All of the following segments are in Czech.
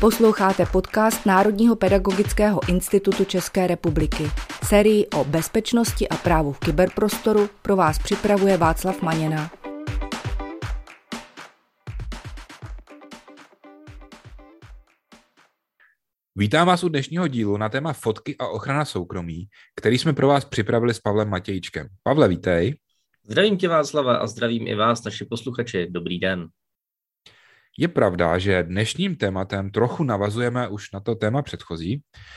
Posloucháte podcast Národního pedagogického institutu České republiky. Sérii o bezpečnosti a právu v kyberprostoru pro vás připravuje Václav Maněna. Vítám vás u dnešního dílu na téma fotky a ochrana soukromí, který jsme pro vás připravili s Pavlem Matějíčkem. Pavle, vítej. Zdravím tě, Václava, a zdravím i vás, naši posluchači. Dobrý den. Je pravda, že dnešním tématem trochu navazujeme už na to téma předchozí,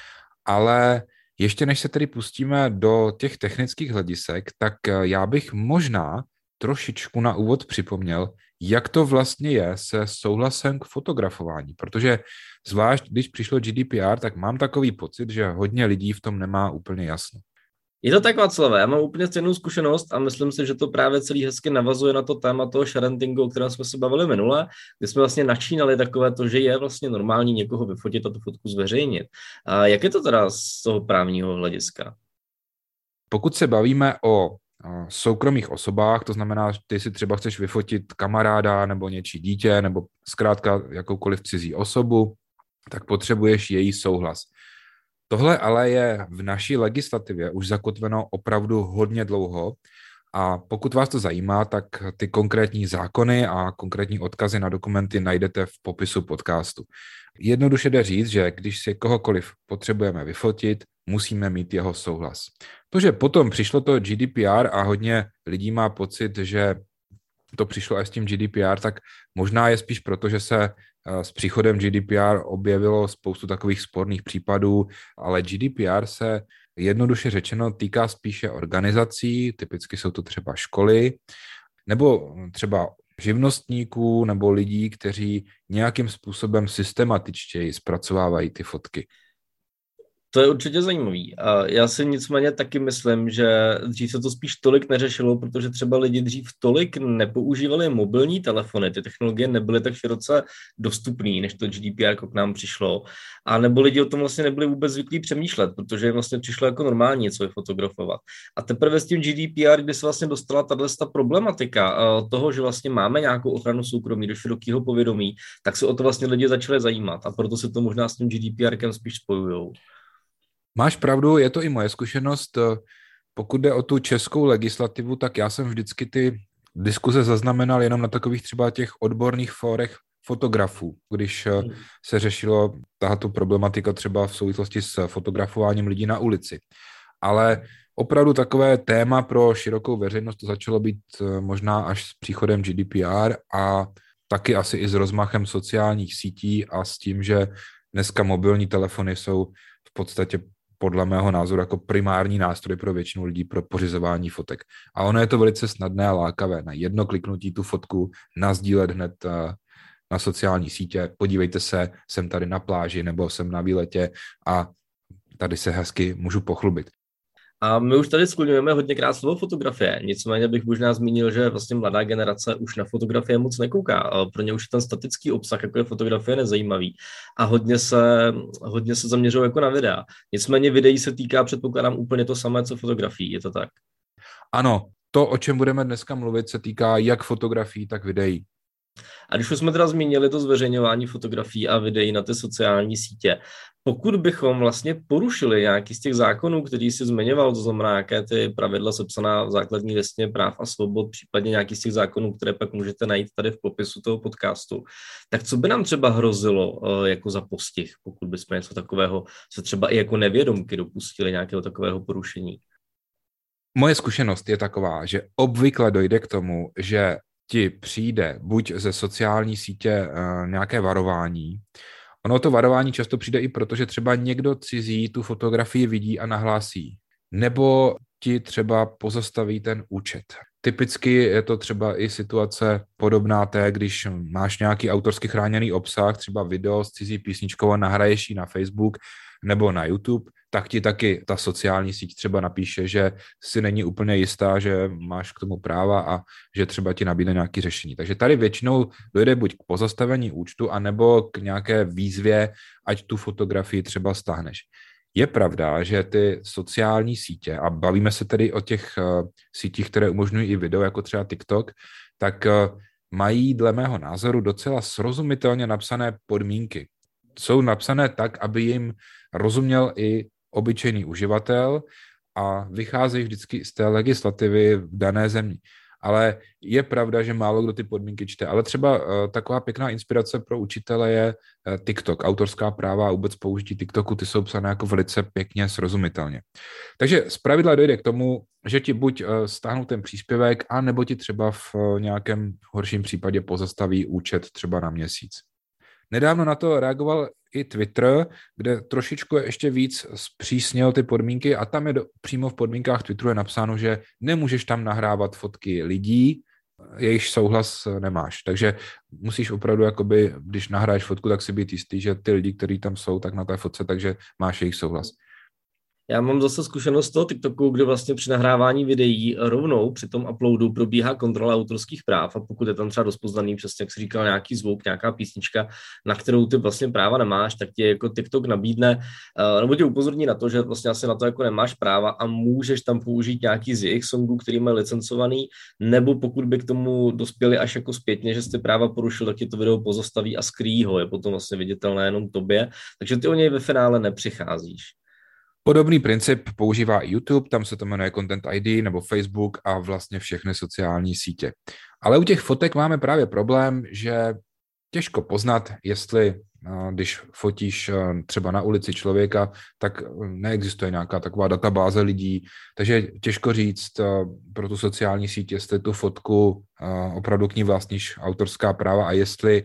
ale ještě než se tedy pustíme do těch technických hledisek, tak já bych možná trošičku na úvod připomněl, jak to vlastně je se souhlasem k fotografování, protože zvlášť když přišlo GDPR, tak mám takový pocit, že hodně lidí v tom nemá úplně jasno. Je to tak, Václave, já mám úplně stejnou zkušenost a myslím si, že to právě celý hezky navazuje na to téma toho sharentingu, o kterém jsme se bavili minule, kdy jsme vlastně načínali takové to, že je vlastně normální někoho vyfotit a tu fotku zveřejnit. A jak je to teda z toho právního hlediska? Pokud se bavíme o soukromých osobách, to znamená, že ty si třeba chceš vyfotit kamaráda nebo něčí dítě nebo zkrátka jakoukoliv cizí osobu, tak potřebuješ její souhlas. Tohle ale je v naší legislativě už zakotveno opravdu hodně dlouho a pokud vás to zajímá, tak ty konkrétní zákony a konkrétní odkazy na dokumenty najdete v popisu podcastu. Jednoduše jde říct, že když si kohokoliv potřebujeme vyfotit, musíme mít jeho souhlas. To, že potom přišlo to GDPR a hodně lidí má pocit, že to přišlo až s tím GDPR, tak možná je spíš proto, že se s příchodem GDPR objevilo spoustu takových sporných případů, ale GDPR se jednoduše řečeno týká spíše organizací, typicky jsou to třeba školy, nebo třeba živnostníků nebo lidí, kteří nějakým způsobem systematičtěji zpracovávají ty fotky. To je určitě zajímavý. A já si nicméně taky myslím, že dřív se to spíš tolik neřešilo, protože třeba lidi dřív tolik nepoužívali mobilní telefony, ty technologie nebyly tak široce dostupné, než to GDPR k nám přišlo. A nebo lidi o tom vlastně nebyli vůbec zvyklí přemýšlet, protože jim vlastně přišlo jako normální něco fotografovat. A teprve s tím GDPR, kdy se vlastně dostala tato problematika toho, že vlastně máme nějakou ochranu soukromí do širokého povědomí, tak se o to vlastně lidi začali zajímat a proto se to možná s tím GDPRkem spíš spojujou. Máš pravdu, je to i moje zkušenost. Pokud jde o tu českou legislativu, tak já jsem vždycky ty diskuze zaznamenal jenom na takových třeba těch odborných fórech fotografů, když se řešilo tato problematika třeba v souvislosti s fotografováním lidí na ulici. Ale opravdu takové téma pro širokou veřejnost to začalo být možná až s příchodem GDPR a taky asi i s rozmachem sociálních sítí a s tím, že dneska mobilní telefony jsou v podstatě podle mého názoru jako primární nástroj pro většinu lidí pro pořizování fotek. A ono je to velice snadné a lákavé. Na jedno kliknutí tu fotku nasdílet hned na sociální sítě. Podívejte se, jsem tady na pláži nebo jsem na výletě a tady se hezky můžu pochlubit. A my už tady skloňujeme hodněkrát slovo fotografie, nicméně bych možná zmínil, že vlastně mladá generace už na fotografie moc nekouká. Pro ně už ten statický obsah, jako je fotografie, nezajímavý a hodně se zaměřují jako na videa. Nicméně videí se týká, předpokládám, úplně to samé, co fotografií, je to tak? Ano, to, o čem budeme dneska mluvit, se týká jak fotografií, tak videí. A když už jsme teda zmínili to zveřejňování fotografií a videí na ty sociální sítě, pokud bychom vlastně porušili nějaký z těch zákonů, který jsi zmiňoval, to znamená nějaké ty pravidla sepsaná v základní listině práv a svobod, případně nějaký z těch zákonů, které pak můžete najít tady v popisu toho podcastu, tak co by nám třeba hrozilo jako za postih, pokud bychom něco takového se třeba i jako nevědomky dopustili nějakého takového porušení? Moje zkušenost je taková, že obvykle dojde k tomu, že ti přijde buď ze sociální sítě nějaké varování. Ono to varování často přijde i proto, že třeba někdo cizí tu fotografii vidí a nahlásí. Nebo ti třeba pozastaví ten účet. Typicky je to třeba i situace podobná té, když máš nějaký autorsky chráněný obsah, třeba video s cizí písničkou a nahraješ ji na Facebook nebo na YouTube, tak ti taky ta sociální síť třeba napíše, že si není úplně jistá, že máš k tomu práva a že třeba ti nabídne nějaké řešení. Takže tady většinou dojde buď k pozastavení účtu, anebo k nějaké výzvě, ať tu fotografii třeba stáhneš. Je pravda, že ty sociální sítě, a bavíme se tedy o těch sítích, které umožňují i video, jako třeba TikTok, tak mají dle mého názoru docela srozumitelně napsané podmínky. jsou napsané tak, aby jim rozuměl i obyčejný uživatel a vycházejí vždycky z té legislativy v dané zemi. Ale je pravda, že málo kdo ty podmínky čte. Ale třeba taková pěkná inspirace pro učitele je TikTok. Autorská práva a vůbec použití TikToku, ty jsou psané jako velice pěkně srozumitelně. Takže zpravidla dojde k tomu, že ti buď stáhnou ten příspěvek, a nebo ti třeba v nějakém horším případě pozastaví účet třeba na měsíc. Nedávno na to reagoval i Twitter, kde trošičku ještě víc zpřísnil ty podmínky a tam je přímo v podmínkách Twitteru je napsáno, že nemůžeš tam nahrávat fotky lidí, jejichž souhlas nemáš. Takže musíš opravdu, jakoby, když nahráš fotku, tak si být jistý, že ty lidi, kteří tam jsou, tak na té fotce, takže máš jejich souhlas. Já mám zase zkušenost z toho TikToku, kde vlastně při nahrávání videí rovnou při tom uploadu probíhá kontrola autorských práv a pokud je tam třeba rozpoznaný, přesně jak jsi říkal, nějaký zvuk, nějaká písnička, na kterou ty vlastně práva nemáš, tak ti jako TikTok nabídne, nebo tě upozorní na to, že vlastně asi na to jako nemáš práva a můžeš tam použít nějaký z jejich songů, který mají licencovaný, nebo pokud by k tomu dospěli až jako zpětně, že jsi ty práva porušil, tak ti to video pozastaví a skrýjí ho, je potom vlastně viditelné jenom tobě, takže ty o něj ve finále nepřicházíš. Podobný princip používá i YouTube, tam se to jmenuje Content ID nebo Facebook a vlastně všechny sociální sítě. Ale u těch fotek máme právě problém, že těžko poznat, jestli když fotíš třeba na ulici člověka, tak neexistuje nějaká taková databáze lidí, takže těžko říct pro tu sociální síť, jestli tu fotku opravdu k ní vlastníš autorská práva a jestli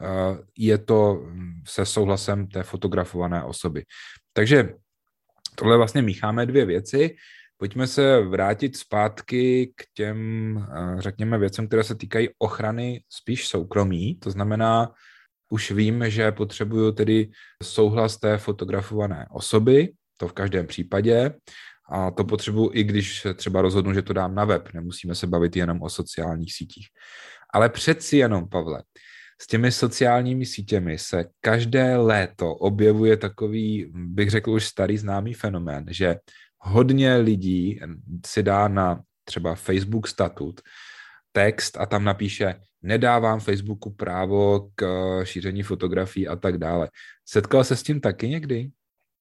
je to se souhlasem té fotografované osoby. Takže tohle vlastně mícháme dvě věci. Pojďme se vrátit zpátky k těm, řekněme, věcem, které se týkají ochrany spíš soukromí. To znamená, už vím, že potřebuju tedy souhlas té fotografované osoby, to v každém případě. A to potřebuju i když třeba rozhodnu, že to dám na web. Nemusíme se bavit jenom o sociálních sítích. Ale přeci jenom, Pavle, s těmi sociálními sítěmi se každé léto objevuje takový, bych řekl už starý známý fenomén, že hodně lidí si dá na třeba Facebook statut text a tam napíše nedávám Facebooku právo k šíření fotografií a tak dále. Setkal se s tím taky někdy?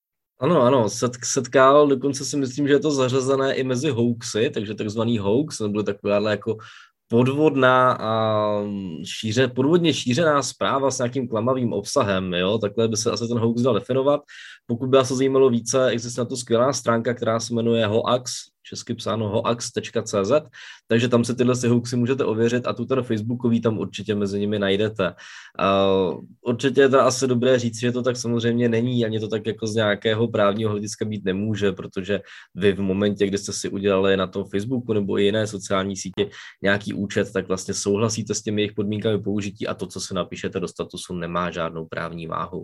Ano, setkal, dokonce si myslím, že je to zařazené i mezi hoaxy, takže takzvaný hoax, nebo taková jako podvodná a podvodně šířená zpráva s nějakým klamavým obsahem, jo? Takhle by se asi ten hoax dal definovat. Pokud by vás to zajímalo více, existuje na to skvělá stránka, která se jmenuje hoax, česky psáno hoax.cz, takže tam si tyhle hoaxy můžete ověřit a tu ten facebookový tam určitě mezi nimi najdete. Určitě je to asi dobré říct, že to tak samozřejmě není, ani to tak jako z nějakého právního hlediska být nemůže, protože vy v momentě, kdy jste si udělali na tom Facebooku nebo i jiné sociální sítě nějaký účet, tak vlastně souhlasíte s těmi jejich podmínkami použití a to, co si napíšete do statusu, nemá žádnou právní váhu.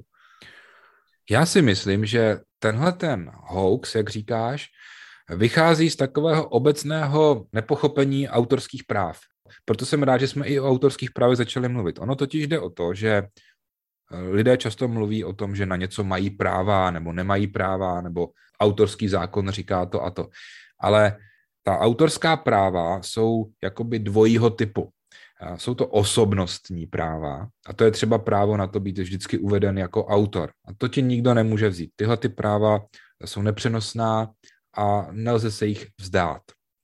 Já si myslím, že tenhle ten hoax, jak říkáš, vychází z takového obecného nepochopení autorských práv. Proto jsem rád, že jsme i o autorských právech začali mluvit. Ono totiž jde o to, že lidé často mluví o tom, že na něco mají práva nebo nemají práva, nebo autorský zákon říká to a to. Ale ta autorská práva jsou jakoby dvojího typu. Jsou to osobnostní práva a to je třeba právo na to být vždycky uveden jako autor. A to ti nikdo nemůže vzít. Tyhle ty práva jsou nepřenosná a nelze se jich vzdát.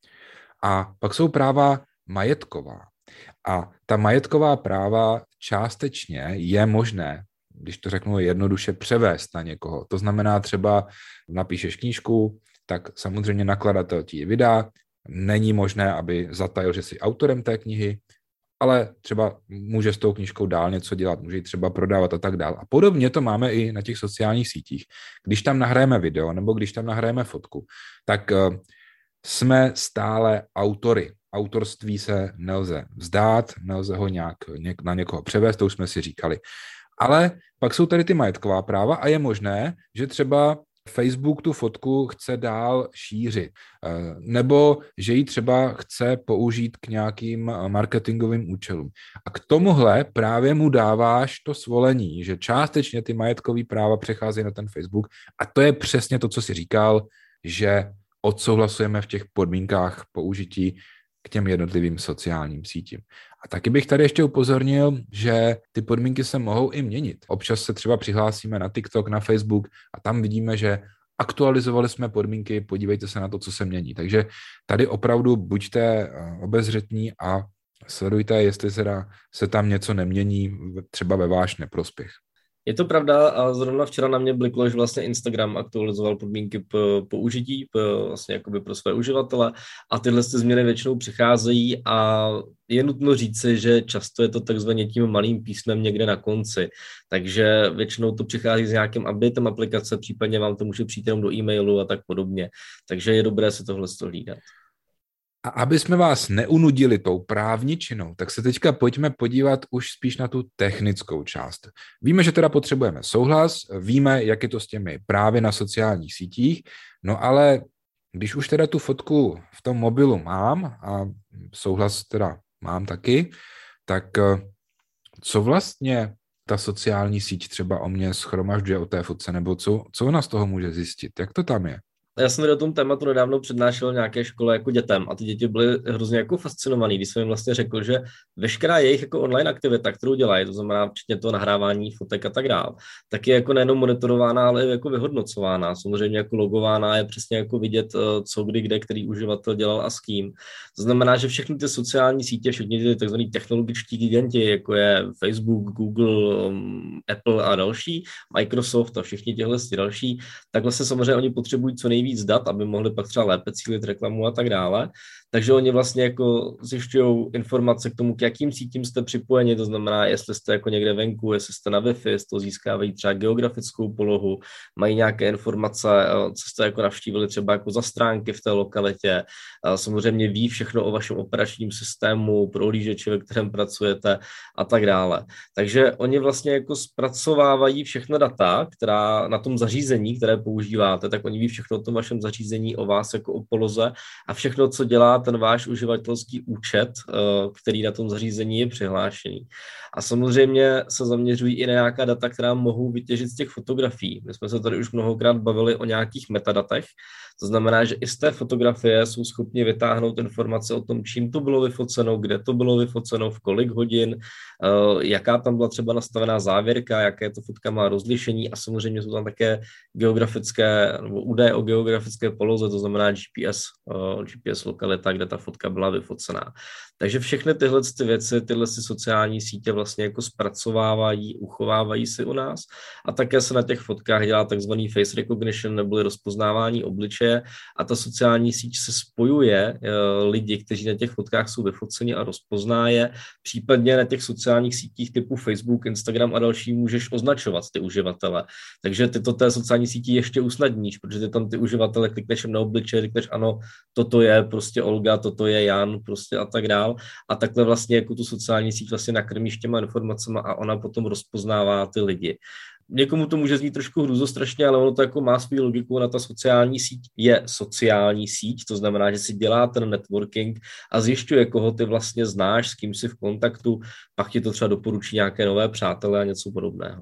A pak jsou práva majetková. A ta majetková práva částečně je možné, když to řeknu jednoduše, převést na někoho. To znamená třeba napíšeš knížku, tak samozřejmě nakladatel ti ji vydá. Není možné, aby zatajil, že jsi autorem té knihy, ale třeba může s tou knížkou dál něco dělat, může ji třeba prodávat a tak dál. A podobně to máme i na těch sociálních sítích. Když tam nahrajeme video nebo když tam nahrajeme fotku, tak jsme stále autory. Autorství se nelze vzdát, nelze ho nějak na někoho převést, to už jsme si říkali. Ale pak jsou tady ty majetková práva a je možné, že třeba Facebook tu fotku chce dál šířit, nebo že ji třeba chce použít k nějakým marketingovým účelům. A k tomuhle právě mu dáváš to svolení, že částečně ty majetkové práva přecházejí na ten Facebook a to je přesně to, co jsi říkal, že odsouhlasujeme v těch podmínkách použití k těm jednotlivým sociálním sítím. A taky bych tady ještě upozornil, že ty podmínky se mohou i měnit. Občas se třeba přihlásíme na TikTok, na Facebook a tam vidíme, že aktualizovali jsme podmínky, podívejte se na to, co se mění. Takže tady opravdu buďte obezřetní a sledujte, jestli se tam něco nemění, třeba ve váš neprospěch. Je to pravda a zrovna včera na mě bliklo, že vlastně Instagram aktualizoval podmínky použití vlastně jakoby pro své uživatele a tyhle změny většinou přicházejí a je nutno říci, že často je to takzvaně tím malým písmem někde na konci, takže většinou to přichází s nějakým updatem aplikace, případně vám to může přijít jenom do e-mailu a tak podobně, takže je dobré si tohle hlídat. A aby jsme vás neunudili tou právničinou, tak se teďka pojďme podívat už spíš na tu technickou část. Víme, že teda potřebujeme souhlas, víme, jak je to s těmi právy na sociálních sítích, no ale když už teda tu fotku v tom mobilu mám a souhlas teda mám taky, tak co vlastně ta sociální síť třeba o mě shromažďuje o té fotce, nebo co ona z toho může zjistit? Jak to tam je? Já jsem o tom tématu nedávno přednášel nějaké škole jako dětem a ty děti byly hrozně jako fascinovaný, když jsem jim vlastně řekl, že veškerá jejich jako online aktivita, kterou dělají, to znamená včetně toho nahrávání fotek a tak dále, tak je jako nejenom monitorována, ale i jako vyhodnocována. Samozřejmě jako logována je přesně jako vidět, co kdy, kde, který uživatel dělal a s kým. To znamená, že všechny ty sociální sítě, všechny ty tzv. Technologičtí giganti, jako je Facebook, Google, Apple a další, Microsoft a všichni těhle další, tak vlastně samozřejmě oni potřebují co nejvíc dat, aby mohli pak třeba lépe cílit reklamu a tak dále. Takže oni vlastně jako zjišťují informace k tomu, k jakým sítím jste připojeni, to znamená, jestli jste jako někde venku, jestli jste na Wi-Fi, jestli to získávají třeba geografickou polohu, mají nějaké informace, co jste jako navštívili třeba jako za stránky v té lokalitě, samozřejmě ví všechno o vašem operačním systému, prohlížeči, ve kterém pracujete a tak dále. Takže oni vlastně jako zpracovávají všechna data, která na tom zařízení, které používáte, tak oni ví všechno o tom vašem zařízení, o vás jako o poloze a všechno, co dělá ten váš uživatelský účet, který na tom zařízení je přihlášený. A samozřejmě se zaměřují i na nějaká data, která mohou vytěžit z těch fotografií. My jsme se tady už mnohokrát bavili o nějakých metadatech, to znamená, že i z té fotografie jsou schopni vytáhnout informace o tom, čím to bylo vyfoceno, kde to bylo vyfoceno, v kolik hodin, jaká tam byla třeba nastavená závěrka, jaké to fotka má rozlišení a samozřejmě jsou tam také geografické nebo údaje o geografické poloze, to znamená GPS lokalita, kde ta fotka byla vyfocená. Takže všechny tyhle věci, tyhle sociální sítě vlastně jako zpracovávají, uchovávají si u nás a také se na těch fotkách dělá takzvaný face recognition neboli rozpoznávání obličeje a ta sociální síť se spojuje lidi, kteří na těch fotkách jsou vyfoceni a rozpozná je. Případně na těch sociálních sítích typu Facebook, Instagram a další můžeš označovat ty uživatele. Takže ty to té sociální síti ještě usnadníš, protože ty tam ty uživatele klikneš na obličeje, řekneš ano, toto je prostě Olga, toto je Jan prostě a tak dál. A takhle vlastně jako tu sociální síť vlastně nakrmíš těma informacemi a ona potom rozpoznává ty lidi. Někomu to může znít trošku hrůzostrašně, ale ono to jako má svou logiku, na ta sociální síť je sociální síť, to znamená, že si dělá ten networking a zjišťuje, koho ty vlastně znáš, s kým jsi v kontaktu, pak ti to třeba doporučí nějaké nové přátelé a něco podobného.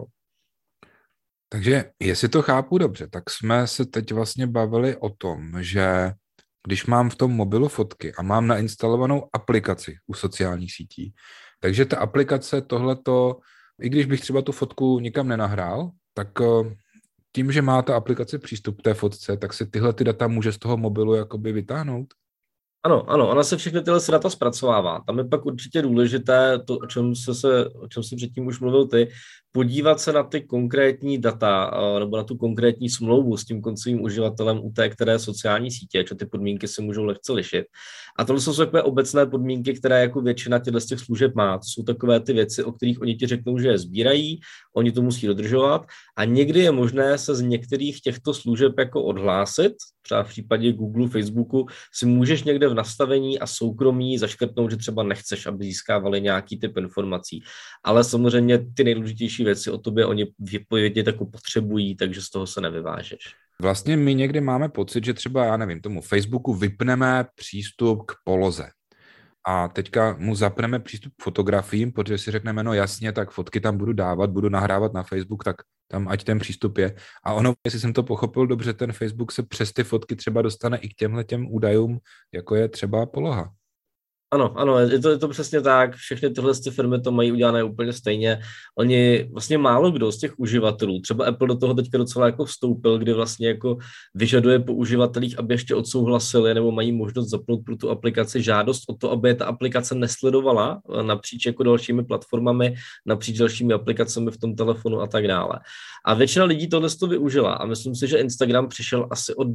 Takže jestli to chápu dobře, tak jsme se teď vlastně bavili o tom, že když mám v tom mobilu fotky a mám nainstalovanou aplikaci u sociálních sítí, takže ta aplikace tohleto, i když bych třeba tu fotku nikam nenahrál, tak tím, že má ta aplikace přístup k té fotce, tak si tyhle ty data může z toho mobilu jakoby vytáhnout? Ano, ona se všechny tyhle data zpracovává. Tam je pak určitě důležité to, o čem jsi předtím už mluvil ty, podívat se na ty konkrétní data nebo na tu konkrétní smlouvu s tím koncovým uživatelem u té které sociální sítě, že ty podmínky se můžou lehce lišit. A tohle jsou takové obecné podmínky, které jako většina těch služeb má. To jsou takové ty věci, o kterých oni ti řeknou, že je sbírají, oni to musí dodržovat a někdy je možné se z některých těchto služeb jako odhlásit. Třeba v případě Google, Facebooku si můžeš někde v nastavení a soukromí zaškrtnout, že třeba nechceš, aby získávali nějaký typ informací. Ale samozřejmě ty nejdůležitější věci o tobě oni vypovědět jako potřebují, takže z toho se nevyvážeš. Vlastně my někdy máme pocit, že třeba, já nevím, tomu Facebooku vypneme přístup k poloze. A teďka mu zapneme přístup k fotografiím, protože si řekneme, no jasně, tak fotky tam budu dávat, budu nahrávat na Facebook, tak tam ať ten přístup je. A ono, jestli jsem to pochopil dobře, ten Facebook se přes ty fotky třeba dostane i k těmhletěm údajům, jako je třeba poloha. Ano, je to přesně tak. Všechny tyhle firmy to mají udělané úplně stejně. Oni vlastně málo kdo z těch uživatelů, třeba Apple do toho teďka docela jako vstoupil, kdy vlastně jako vyžaduje po uživatelích, aby ještě odsouhlasili nebo mají možnost zapnout pro tu aplikaci žádost o to, aby ta aplikace nesledovala napříč jako dalšími platformami, napříč dalšími aplikacemi v tom telefonu a tak dále. A většina lidí tohle to využila a myslím si, že Instagram přišel asi od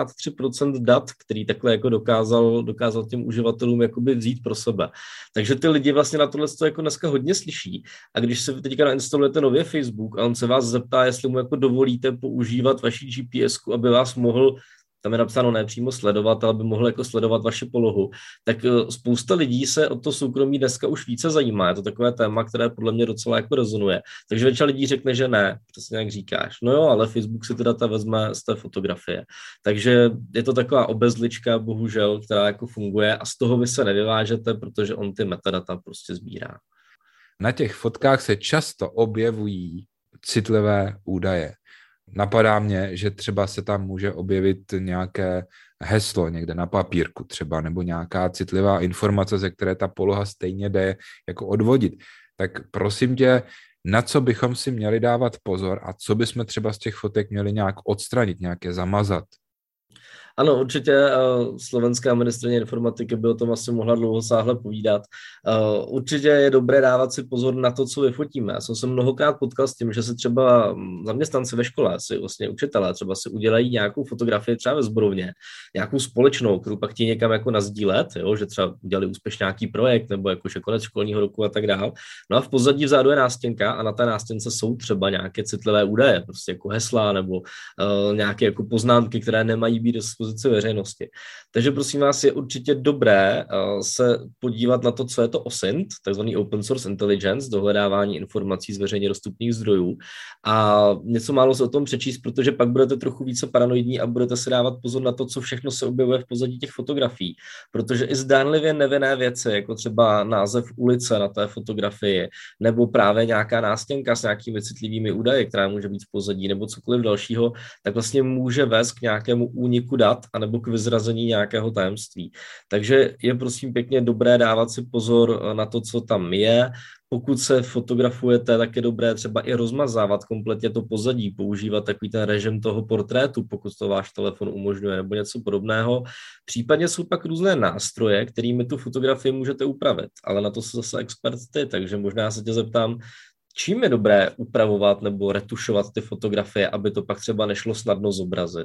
93% dat, který takhle jako dokázal těm uživatelům jakoby vzít pro sebe. Takže ty lidi vlastně na tohle jako dneska hodně slyší. A když se teďka nainstalujete nově Facebook a on se vás zeptá, jestli mu jako dovolíte používat vaši GPSku, aby vás mohl, tam je napsáno ne přímo sledovat, ale by mohl jako sledovat vaši polohu, tak spousta lidí se o to soukromí dneska už více zajímá. Je to takové téma, které podle mě docela jako rezonuje. Takže většina lidí řekne, že ne, přesně jak říkáš. No jo, ale Facebook si ty data vezme z té fotografie. Takže je to taková obezlička, bohužel, která jako funguje a z toho vy se nevyvážete, protože on ty metadata prostě sbírá. Na těch fotkách se často objevují citlivé údaje. Napadá mě, že třeba se tam může objevit nějaké heslo někde na papírku třeba, nebo nějaká citlivá informace, ze které ta poloha stejně jde jako odvodit. Tak prosím tě, na co bychom si měli dávat pozor a co bychom třeba z těch fotek měli nějak odstranit, nějaké zamazat? Ano, určitě slovenská ministryně informatiky by o tom asi mohla dlouhosáhle povídat. Určitě je dobré dávat si pozor na to, co vyfotíme. Já jsem se mnohokrát potkal s tím, že si třeba zaměstnanci ve škole, vlastně učitelé, třeba si udělají nějakou fotografii třeba ve sborovně, nějakou společnou, kterou pak chtějí někam jako nazdílet, jo, že třeba udělali úspěšně nějaký projekt nebo jakože konec školního roku a tak dál. No a v pozadí vzadu je nástěnka a na té nástěnce jsou třeba nějaké citlivé údaje, prostě jako hesla nebo nějaké jako poznámky, které nemají být veřejnosti. Takže prosím vás, je určitě dobré se podívat na to, co je to OSINT, takzvaný Open Source Intelligence, dohledávání informací z veřejně dostupných zdrojů a něco málo se o tom přečíst, protože pak budete trochu více paranoidní a budete si dávat pozor na to, co všechno se objevuje v pozadí těch fotografií, protože i zdánlivě nevinné věci, jako třeba název ulice na té fotografii, nebo právě nějaká nástěnka s nějakými citlivými údaji, která může být v pozadí, nebo cokoliv dalšího, tak vlastně může vést k nějakému úniku dat anebo k vyzrazení nějakého tajemství. Takže je prosím pěkně dobré dávat si pozor na to, co tam je. Pokud se fotografujete, tak je dobré třeba i rozmazávat kompletně to pozadí, používat takový ten režim toho portrétu, pokud to váš telefon umožňuje, nebo něco podobného. Případně jsou pak různé nástroje, kterými tu fotografii můžete upravit, ale na to se zase expert ty, takže možná se tě zeptám, čím je dobré upravovat nebo retušovat ty fotografie, aby to pak třeba nešlo snadno zobrazit?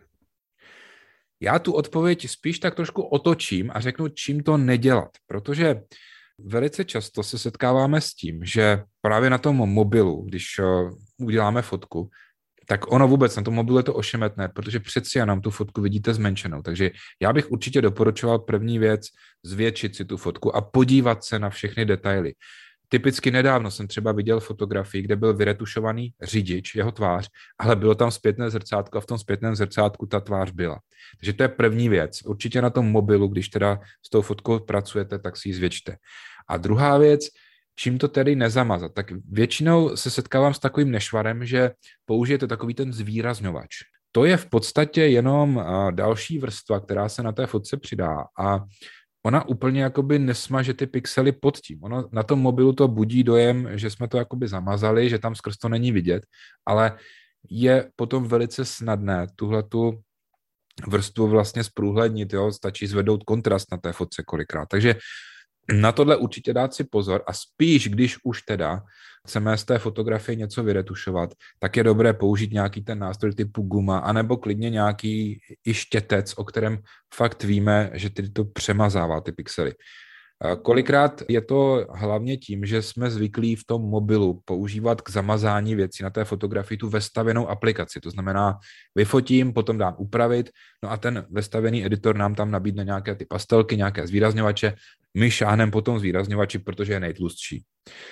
Já tu odpověď spíš tak trošku otočím a řeknu, čím to nedělat, protože velice často se setkáváme s tím, že právě na tom mobilu, když uděláme fotku, tak ono vůbec na tom mobilu je to ošemetné, protože přeci jenom tu fotku vidíte zmenšenou. Takže já bych určitě doporučoval první věc, zvětšit si tu fotku a podívat se na všechny detaily. Typicky nedávno jsem třeba viděl fotografii, kde byl vyretušovaný řidič, jeho tvář, ale bylo tam zpětné zrcátko a v tom zpětném zrcátku ta tvář byla. Takže to je první věc. Určitě na tom mobilu, když teda s tou fotkou pracujete, tak si ji zvětšte. A druhá věc, čím to tedy nezamazat? Tak většinou se setkávám s takovým nešvarem, že použijete takový ten zvýrazňovač. To je v podstatě jenom další vrstva, která se na té fotce přidá a ona úplně jakoby nesmaže ty pixely pod tím. Ono na tom mobilu to budí dojem, že jsme to jakoby zamazali, že tam skrz to není vidět, ale je potom velice snadné tuhletu vrstvu vlastně zprůhlednit, jo? Stačí zvednout kontrast na té fotce kolikrát. Takže na tohle určitě dát si pozor a spíš, když už teda chceme z té fotografie něco vyretušovat, tak je dobré použít nějaký ten nástroj typu guma, anebo klidně nějaký i štětec, o kterém fakt víme, že tedy to přemazává ty pixely. Kolikrát je to hlavně tím, že jsme zvyklí v tom mobilu používat k zamazání věcí na té fotografii tu vestavěnou aplikaci. To znamená, vyfotím, potom dám upravit, no a ten vestavený editor nám tam nabídne nějaké ty pastelky, nějaké zvýrazňovače. My šáhneme po tom zvýrazňovači, protože je nejtlustší.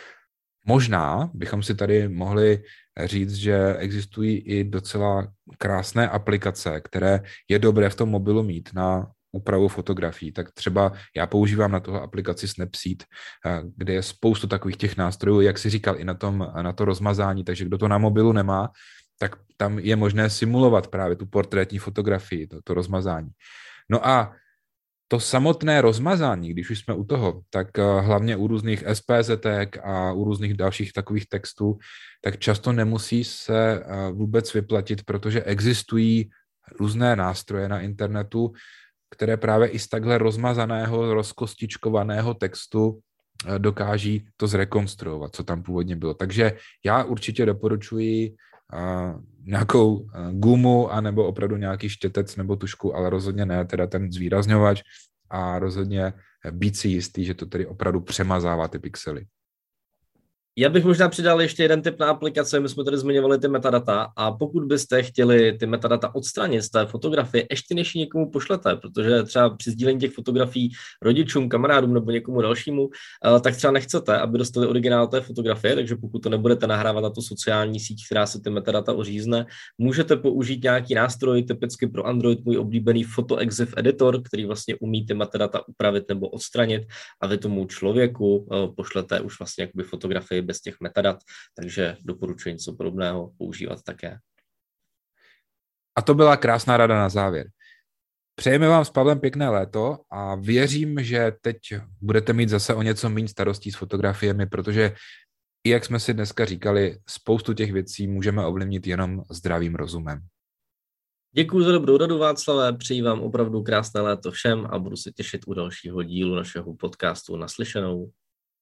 Možná bychom si tady mohli říct, že existují i docela krásné aplikace, které je dobré v tom mobilu mít na úpravu fotografií. Tak třeba já používám na tohle aplikaci Snapseed, kde je spoustu takových těch nástrojů, jak si říkal, i na to rozmazání, takže kdo to na mobilu nemá, tak tam je možné simulovat právě tu portrétní fotografii, to rozmazání. No a to samotné rozmazání, když už jsme u toho, tak hlavně u různých SPZ a u různých dalších takových textů, tak často nemusí se vůbec vyplatit, protože existují různé nástroje na internetu, které právě i z takhle rozmazaného, rozkostičkovaného textu dokáží to zrekonstruovat, co tam původně bylo. Takže já určitě doporučuji nějakou gumu anebo opravdu nějaký štětec nebo tušku, ale rozhodně ne teda ten zvýrazňovač a rozhodně být si jistý, že to tedy opravdu přemazává ty pixely. Já bych možná přidal ještě jeden tip na aplikace, my jsme tady zmiňovali ty metadata a pokud byste chtěli ty metadata odstranit z té fotografie, ještě než ji někomu pošlete, protože třeba při sdílení těch fotografií rodičům, kamarádům nebo někomu dalšímu, tak třeba nechcete, aby dostali originál té fotografie, takže pokud to nebudete nahrávat na tu sociální síť, která se ty metadata ořízne, můžete použít nějaký nástroj, typicky pro Android můj oblíbený PhotoExif editor, který vlastně umí ty metadata upravit nebo odstranit a vy tomu člověku pošlete už vlastně jakoby fotografii bez těch metadat, takže doporučuji něco podobného používat také. A to byla krásná rada na závěr. Přejeme vám s Pavlem pěkné léto a věřím, že teď budete mít zase o něco méně starostí s fotografiemi, protože i jak jsme si dneska říkali, spoustu těch věcí můžeme ovlivnit jenom zdravým rozumem. Děkuji za dobrou radu, Václave, přeji vám opravdu krásné léto všem a budu se těšit u dalšího dílu našeho podcastu. Naslyšenou.